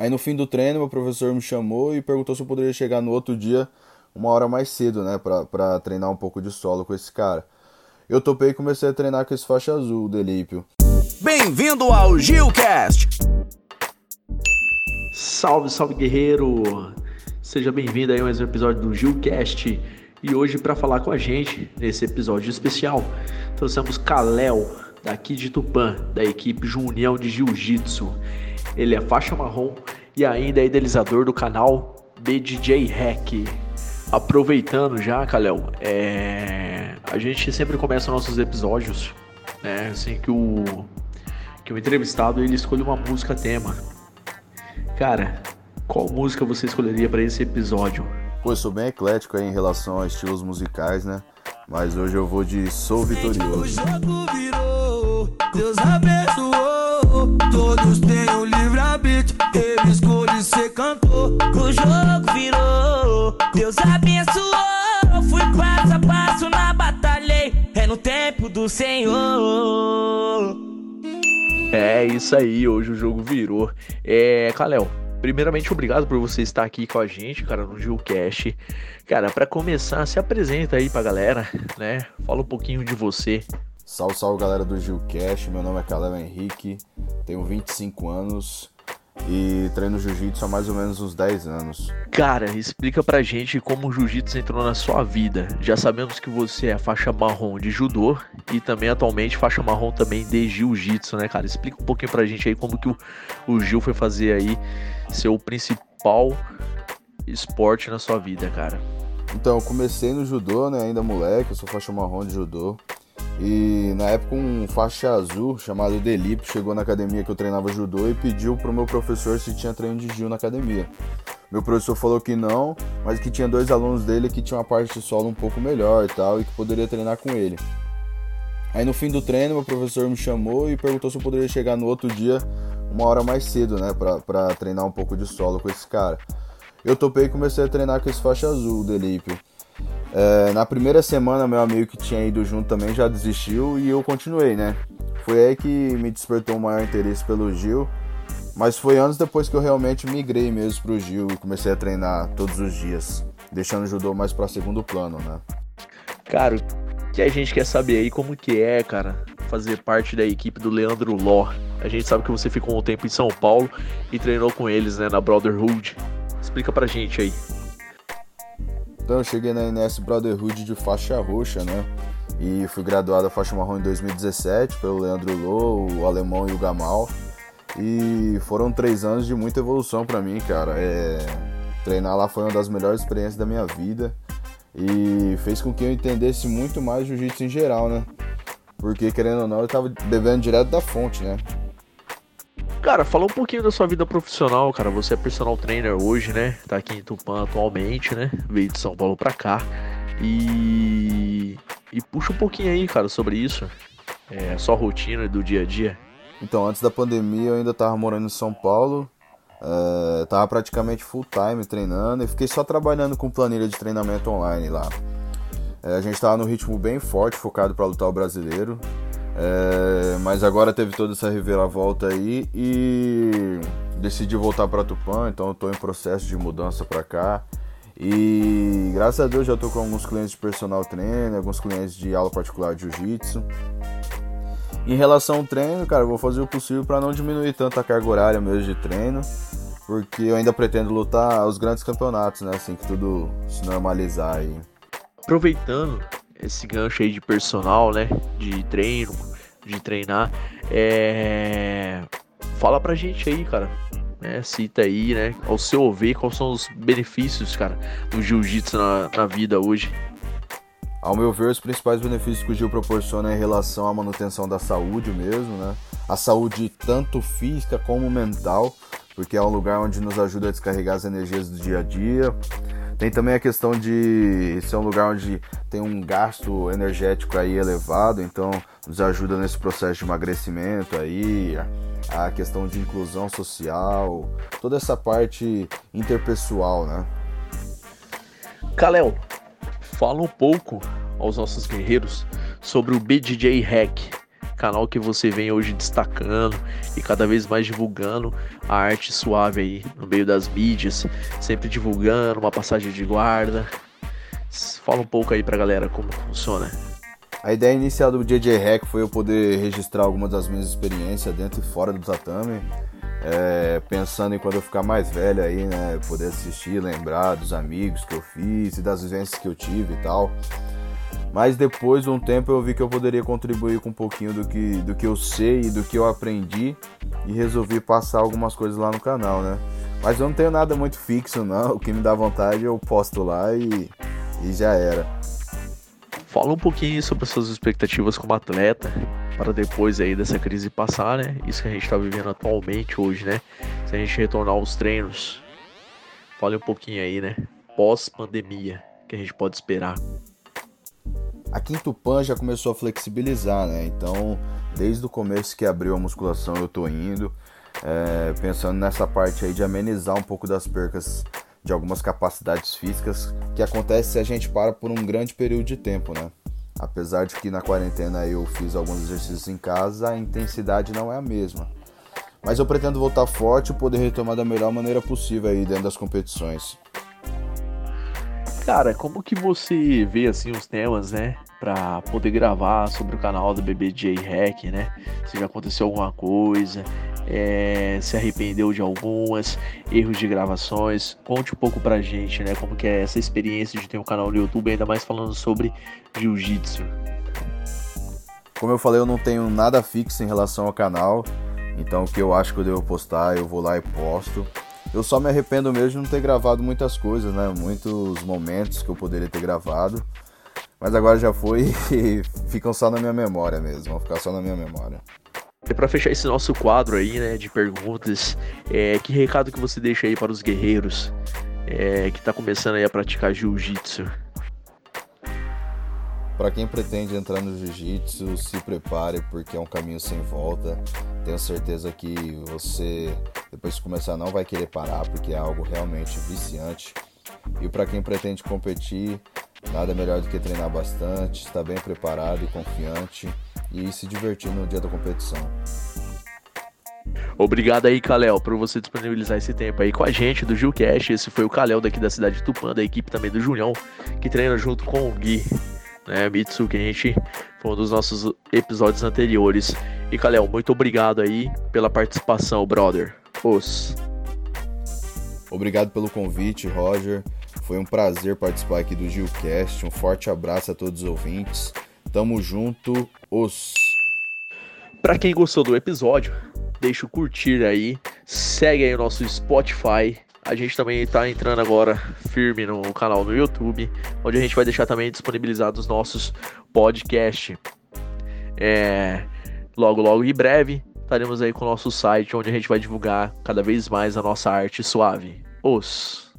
Aí no fim do treino, meu professor me chamou e perguntou se eu poderia chegar no outro dia uma hora mais cedo, né, pra treinar um pouco de solo com esse cara. Eu topei e comecei a treinar com esse faixa azul, o Delípio. Bem-vindo ao Gilcast! Salve, salve guerreiro! Seja bem-vindo aí a mais um episódio do Gilcast. E hoje, para falar com a gente, nesse episódio especial, trouxemos Kalel, daqui de Tupã, da equipe Junião de Jiu-Jitsu. Ele é faixa marrom e ainda é idealizador do canal BDJ Hack. Aproveitando já, Kalel, a gente sempre começa nossos episódios, né, assim que o entrevistado ele escolhe uma música tema. Cara, qual música você escolheria para esse episódio? Pô, eu sou bem eclético aí em relação a estilos musicais, né? Mas hoje eu vou de Sou Vitorioso. O jogo virou, Deus abençoou. Todos têm o livre-arbítrio, ele escolhe ser cantor. O jogo virou, Deus abençoou. Fui passo a passo na batalha, é no tempo do Senhor. É isso aí, hoje o jogo virou. Kalel, primeiramente obrigado por você estar aqui com a gente, cara, no Gilcast. Cara, pra começar, se apresenta aí pra galera, né? Fala um pouquinho de você. Salve, salve galera do Gilcast, meu nome é Kalel Henrique, tenho 25 anos e treino jiu-jitsu há mais ou menos uns 10 anos. Cara, explica pra gente como o jiu-jitsu entrou na sua vida. Já sabemos que você é faixa marrom de judô e também atualmente faixa marrom também de jiu-jitsu, né, cara? Explica um pouquinho pra gente aí como que o Gil foi fazer aí seu principal esporte na sua vida, cara. Então, eu comecei no judô, né, ainda moleque, eu sou faixa marrom de judô. E na época um faixa azul chamado Delípio chegou na academia que eu treinava judô e pediu pro meu professor se tinha treino de jiu na academia. Meu professor falou que não, mas que tinha 2 alunos dele que tinham uma parte de solo um pouco melhor e tal, e que poderia treinar com ele. Aí no fim do treino, meu professor me chamou e perguntou se eu poderia chegar no outro dia uma hora mais cedo, né, pra treinar um pouco de solo com esse cara. Eu topei e comecei a treinar com esse faixa azul, o Delípio. Na primeira semana, meu amigo que tinha ido junto também já desistiu e eu continuei, né? Foi aí que me despertou o maior interesse pelo Gil, mas foi anos depois que eu realmente migrei mesmo pro Gil e comecei a treinar todos os dias, deixando o judô mais pra segundo plano, né? Cara, o que a gente quer saber aí como que é, cara, fazer parte da equipe do Leandro Ló. A gente sabe que você ficou um tempo em São Paulo e treinou com eles, né, na Brotherhood. Explica pra gente aí. Então eu cheguei na NS Brotherhood de faixa roxa, né? E fui graduado a faixa marrom em 2017 pelo Leandro Lô, o Alemão e o Gamal. E foram 3 anos de muita evolução pra mim, cara. Treinar lá foi uma das melhores experiências da minha vida. E fez com que eu entendesse muito mais jiu-jitsu em geral, né? Porque, querendo ou não, eu tava bebendo direto da fonte, né? Cara, fala um pouquinho da sua vida profissional, cara. Você é personal trainer hoje, né? Tá aqui em Tupã atualmente, né? Veio de São Paulo pra cá. E puxa um pouquinho aí, cara, sobre isso. Sua rotina do dia a dia. Então, antes da pandemia eu ainda tava morando em São Paulo. Tava praticamente full time treinando e fiquei só trabalhando com planilha de treinamento online lá. A gente tava num ritmo bem forte, focado pra lutar o brasileiro. Mas agora teve toda essa reviravolta aí e decidi voltar para Tupã, então eu tô em processo de mudança para cá. E graças a Deus já tô com alguns clientes de personal trainer, alguns clientes de aula particular de jiu-jitsu. Em relação ao treino, cara, eu vou fazer o possível para não diminuir tanto a carga horária mesmo de treino, porque eu ainda pretendo lutar os grandes campeonatos, né, assim que tudo se normalizar aí. Aproveitando esse gancho aí de personal, né, de treino, de treinar, fala pra gente aí, cara, né, cita aí, né, ao seu ver, quais são os benefícios, cara, do jiu-jitsu na vida hoje. Ao meu ver, os principais benefícios que o Gil proporciona é em relação à manutenção da saúde mesmo, né, a saúde tanto física como mental, porque é um lugar onde nos ajuda a descarregar as energias do dia a dia. Tem também a questão de ser um lugar onde tem um gasto energético aí elevado, então nos ajuda nesse processo de emagrecimento aí, a questão de inclusão social, toda essa parte interpessoal, né? Kalel, fala um pouco aos nossos guerreiros sobre o BDJ Hack. canal que você vem hoje destacando e cada vez mais divulgando a arte suave aí no meio das mídias, sempre divulgando uma passagem de guarda. Fala um pouco aí pra galera como funciona. A ideia inicial do JJ Hack foi eu poder registrar algumas das minhas experiências dentro e fora do tatame, pensando em quando eu ficar mais velho aí, né, poder assistir, lembrar dos amigos que eu fiz e das vivências que eu tive e tal. Mas depois de um tempo eu vi que eu poderia contribuir com um pouquinho do que eu sei e do que eu aprendi e resolvi passar algumas coisas lá no canal, né. Mas eu não tenho nada muito fixo não, o que me dá vontade eu posto lá e já era. Fala um pouquinho sobre as suas expectativas como atleta, para depois aí dessa crise passar, né? Isso que a gente está vivendo atualmente hoje, né? Se a gente retornar aos treinos. Fale um pouquinho aí, né? Pós-pandemia, que a gente pode esperar. Aqui em Tupã já começou a flexibilizar, né? Então, desde o começo que abriu a musculação eu tô indo, pensando nessa parte aí de amenizar um pouco das percas de algumas capacidades físicas que acontece se a gente para por um grande período de tempo, né? Apesar de que na quarentena eu fiz alguns exercícios em casa, a intensidade não é a mesma. Mas eu pretendo voltar forte e poder retomar da melhor maneira possível aí dentro das competições. Cara, como que você vê assim os temas, né? Pra poder gravar sobre o canal do BBJ Hack, né? Se já aconteceu alguma coisa, se arrependeu de algumas, erros de gravações. Conte um pouco pra gente, né? Como que é essa experiência de ter um canal no YouTube, ainda mais falando sobre Jiu-Jitsu. Como eu falei, eu não tenho nada fixo em relação ao canal, então o que eu acho que eu devo postar, eu vou lá e posto. Eu só me arrependo mesmo de não ter gravado muitas coisas, né? Muitos momentos que eu poderia ter gravado. Mas agora já foi e ficam só na minha memória mesmo. Vão ficar só na minha memória. E pra fechar esse nosso quadro aí, né, de perguntas, que recado que você deixa aí para os guerreiros que tá começando aí a praticar Jiu-Jitsu? Para quem pretende entrar no Jiu-Jitsu, se prepare porque é um caminho sem volta. Tenho certeza que você, depois de começar, não vai querer parar porque é algo realmente viciante. E para quem pretende competir, nada melhor do que treinar bastante, estar bem preparado e confiante e se divertir no dia da competição. Obrigado aí, Kalel, por você disponibilizar esse tempo aí com a gente do Gilcast. Esse foi o Kalel daqui da cidade de Tupã, da equipe também do Julião, que treina junto com o Gui, né, Mitsu, que a gente foi um dos nossos episódios anteriores. E Kalel, muito obrigado aí pela participação, brother. Obrigado pelo convite, Roger. Foi um prazer participar aqui do Gilcast. Um forte abraço a todos os ouvintes. Tamo junto, Pra quem gostou do episódio, deixa o curtir aí, segue aí o nosso Spotify. A gente também tá entrando agora firme no canal no YouTube, onde a gente vai deixar também disponibilizados os nossos podcasts. Logo em breve estaremos aí com o nosso site, onde a gente vai divulgar cada vez mais a nossa arte suave.